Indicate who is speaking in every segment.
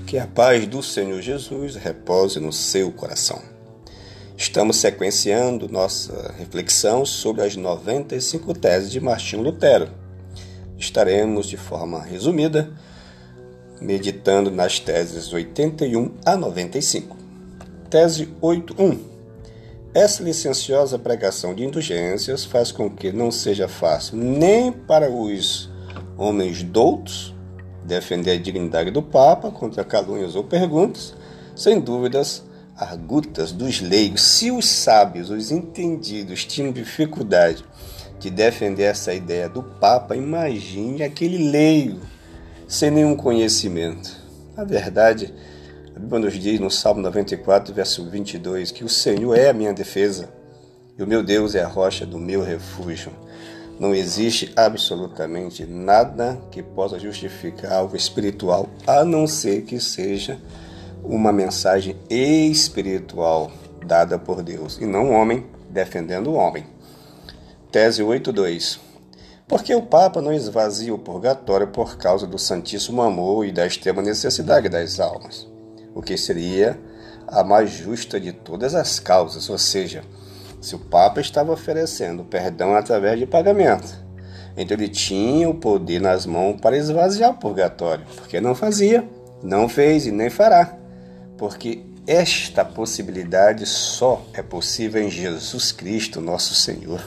Speaker 1: Que a paz do Senhor Jesus repouse no seu coração. Estamos sequenciando nossa reflexão sobre as 95 teses de Martinho Lutero. Estaremos, de forma resumida, meditando nas teses 81 a 95. Tese 8.1. Essa licenciosa pregação de indulgências faz com que não seja fácil nem para os homens doutos defender a dignidade do Papa contra calúnias ou perguntas, sem dúvidas, argutas dos leigos. Se os sábios, os entendidos, tinham dificuldade de defender essa ideia do Papa, imagine aquele leigo sem nenhum conhecimento. Na verdade, a Bíblia nos diz no Salmo 94, verso 22, que o Senhor é a minha defesa e o meu Deus é a rocha do meu refúgio. Não existe absolutamente nada que possa justificar algo espiritual, a não ser que seja uma mensagem espiritual dada por Deus, e não um homem defendendo o homem. Tese 8.2. Porque o Papa não esvazia o purgatório por causa do santíssimo amor e da extrema necessidade das almas, o que seria a mais justa de todas as causas, ou seja, se o Papa estava oferecendo perdão através de pagamento, então ele tinha o poder nas mãos para esvaziar o purgatório, porque não fazia, não fez e nem fará, porque esta possibilidade só é possível em Jesus Cristo, nosso Senhor.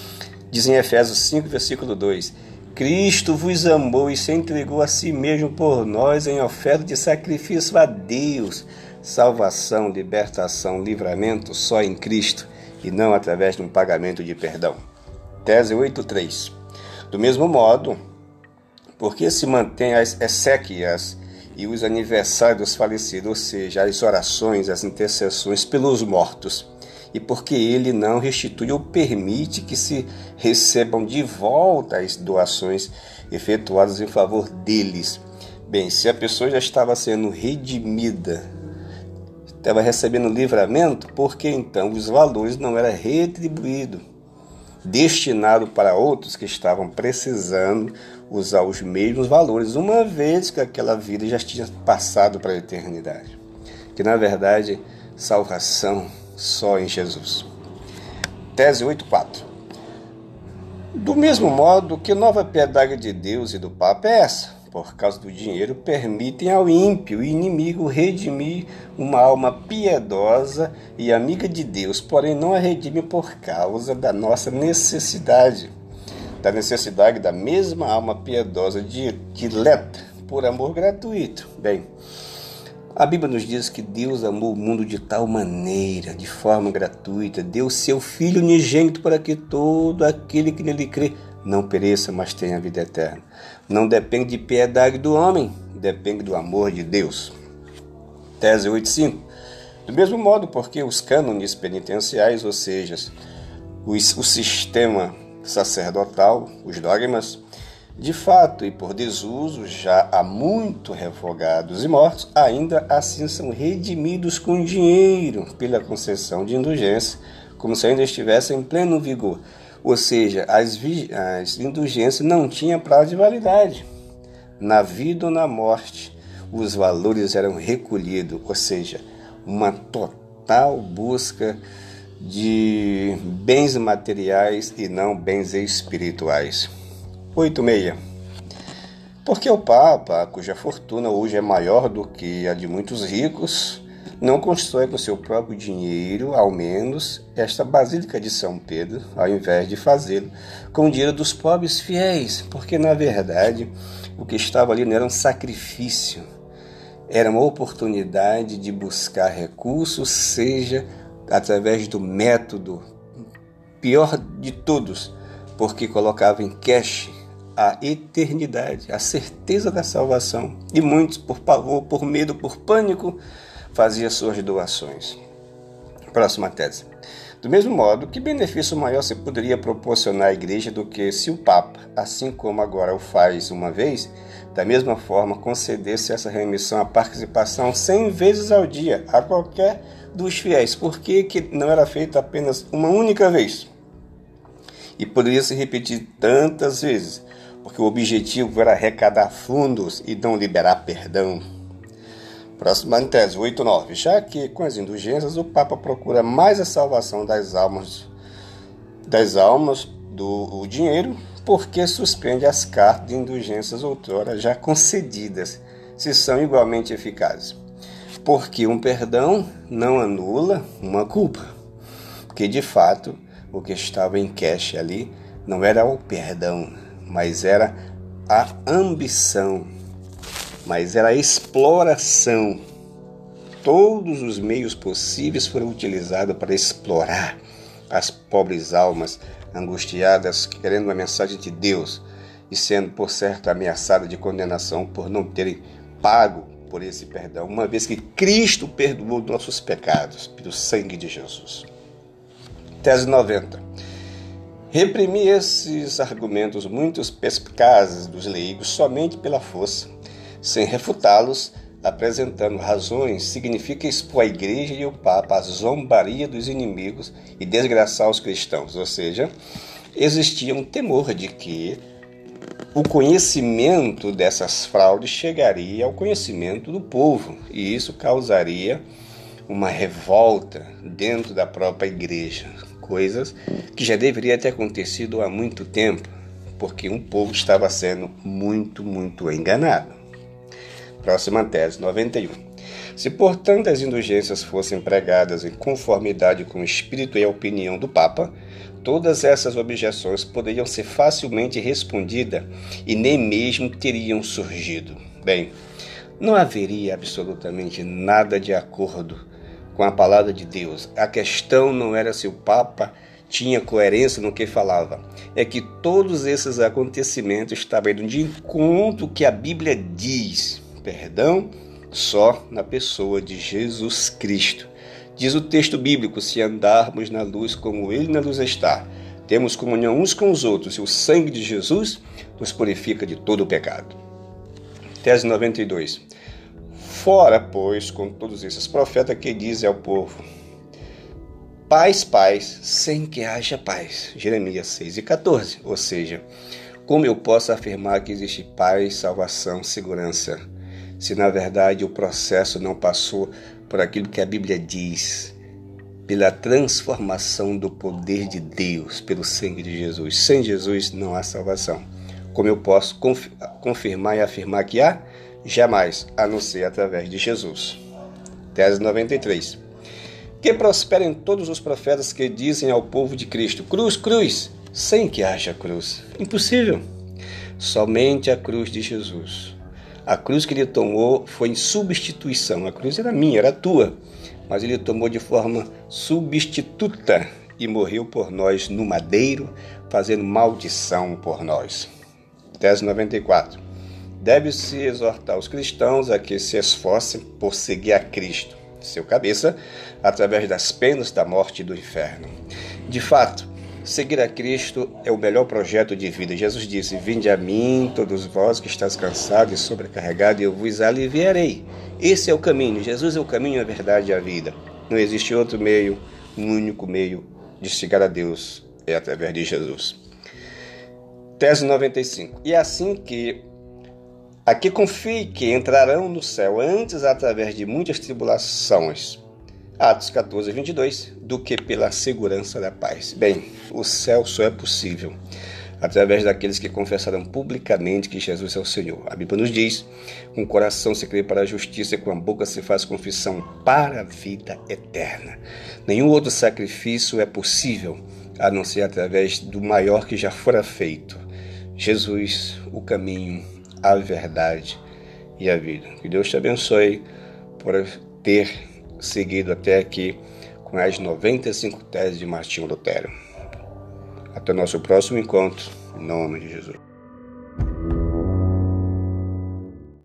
Speaker 1: Diz em Efésios 5, versículo 2, Cristo vos amou e se entregou a si mesmo por nós em oferta de sacrifício a Deus, salvação, libertação, livramento só em Cristo, e não através de um pagamento de perdão. Tese 8.3. Do mesmo modo, porque se mantém as exéquias e os aniversários dos falecidos, ou seja, as orações, as intercessões pelos mortos, e porque ele não restitui ou permite que se recebam de volta as doações efetuadas em favor deles. Bem, se a pessoa já estava sendo redimida, estava recebendo livramento, porque então os valores não eram retribuídos, destinado para outros que estavam precisando usar os mesmos valores, uma vez que aquela vida já tinha passado para a eternidade. Que na verdade, salvação só em Jesus. Tese 8.4. Do mesmo modo, que nova piedade de Deus e do Papa é essa? Por causa do dinheiro, permitem ao ímpio e inimigo redimir uma alma piedosa e amiga de Deus, porém não a redime por causa da nossa necessidade, da necessidade da mesma alma piedosa dileta por amor gratuito. Bem, a Bíblia nos diz que Deus amou o mundo de tal maneira, de forma gratuita, deu seu Filho unigênito para que todo aquele que nele crê não pereça, mas tenha vida eterna. Não depende de piedade do homem, depende do amor de Deus. Tese 8.5. Do mesmo modo, porque os cânones penitenciais, ou seja, o sistema sacerdotal, os dogmas, de fato e por desuso, já há muito revogados e mortos, ainda assim são redimidos com dinheiro pela concessão de indulgência, como se ainda estivessem em pleno vigor. Ou seja, as indulgências não tinham prazo de validade. Na vida ou na morte, os valores eram recolhidos, ou seja, uma total busca de bens materiais e não bens espirituais. 8.6. Porque o Papa, cuja fortuna hoje é maior do que a de muitos ricos, não constrói com seu próprio dinheiro, ao menos, esta Basílica de São Pedro, ao invés de fazê-lo com o dinheiro dos pobres fiéis, porque, na verdade, o que estava ali não era um sacrifício, era uma oportunidade de buscar recursos, seja através do método pior de todos, porque colocava em cash a eternidade, a certeza da salvação, e muitos, por pavor, por medo, por pânico, fazia suas doações. Próxima tese. Do mesmo modo, que benefício maior se poderia proporcionar à Igreja do que se o Papa, assim como agora o faz uma vez, da mesma forma concedesse essa remissão à participação 100 vezes ao dia a qualquer dos fiéis? Por que não era feito apenas uma única vez? E poderia se repetir tantas vezes, porque o objetivo era arrecadar fundos e não liberar perdão. Próxima tese, 8.9. Já que com as indulgências o Papa procura mais a salvação das almas do dinheiro, porque suspende as cartas de indulgências outrora já concedidas, se são igualmente eficazes. Porque um perdão não anula uma culpa. Porque, de fato, o que estava em queixa ali não era o perdão, mas era a ambição, mas era a exploração. Todos os meios possíveis foram utilizados para explorar as pobres almas angustiadas, querendo uma mensagem de Deus e sendo, por certo, ameaçadas de condenação por não terem pago por esse perdão, uma vez que Cristo perdoou nossos pecados pelo sangue de Jesus. Tese 90. Reprimir esses argumentos muito perspicazes dos leigos somente pela força, sem refutá-los, apresentando razões, significa expor a Igreja e o Papa à zombaria dos inimigos e desgraçar os cristãos. Ou seja, existia um temor de que o conhecimento dessas fraudes chegaria ao conhecimento do povo, e isso causaria uma revolta dentro da própria Igreja, coisas que já deveria ter acontecido há muito tempo, porque um povo estava sendo muito enganado. Próxima tese, 91. Se, portanto, as indulgências fossem empregadas em conformidade com o espírito e a opinião do Papa, todas essas objeções poderiam ser facilmente respondidas e nem mesmo teriam surgido. Bem, não haveria absolutamente nada de acordo com a palavra de Deus. A questão não era se o Papa tinha coerência no que falava, é que todos esses acontecimentos estavam indo de encontro que a Bíblia diz. Perdão só na pessoa de Jesus Cristo. Diz o texto bíblico: se andarmos na luz como Ele na luz está, temos comunhão uns com os outros, e o sangue de Jesus nos purifica de todo o pecado. Tese 92. Fora, pois, com todos esses profetas que dizem ao povo: paz, paz, sem que haja paz. Jeremias 6:14. Ou seja, como eu posso afirmar que existe paz, salvação, segurança, se na verdade o processo não passou por aquilo que a Bíblia diz, pela transformação do poder de Deus, pelo sangue de Jesus? Sem Jesus não há salvação. Como eu posso confirmar e afirmar que há? Jamais, a não ser através de Jesus. Tese 93. Que prosperem todos os profetas que dizem ao povo de Cristo: cruz, cruz, sem que haja cruz. Impossível. Somente a cruz de Jesus. A cruz que ele tomou foi em substituição. A cruz era minha, era tua, mas ele tomou de forma substituta e morreu por nós no madeiro, fazendo maldição por nós. Tese 94. Deve-se exortar os cristãos a que se esforcem por seguir a Cristo, seu cabeça, através das penas da morte e do inferno. De fato, seguir a Cristo é o melhor projeto de vida. Jesus disse: vinde a mim, todos vós que estáis cansados e sobrecarregados, e eu vos aliviarei. Esse é o caminho. Jesus é o caminho, a verdade e a vida. Não existe outro meio, um único meio de chegar a Deus, é através de Jesus. Tese 95. E é assim que a que confie que entrarão no céu antes através de muitas tribulações, Atos 14:22, do que pela segurança da paz. Bem, o céu só é possível através daqueles que confessarão publicamente que Jesus é o Senhor. A Bíblia nos diz: com o coração se crê para a justiça e com a boca se faz confissão para a vida eterna. Nenhum outro sacrifício é possível a não ser através do maior que já fora feito: Jesus, o caminho, a verdade e a vida. Que Deus te abençoe por ter seguido até aqui com as 95 teses de Martinho Lutero. Até o nosso próximo encontro, em nome de Jesus.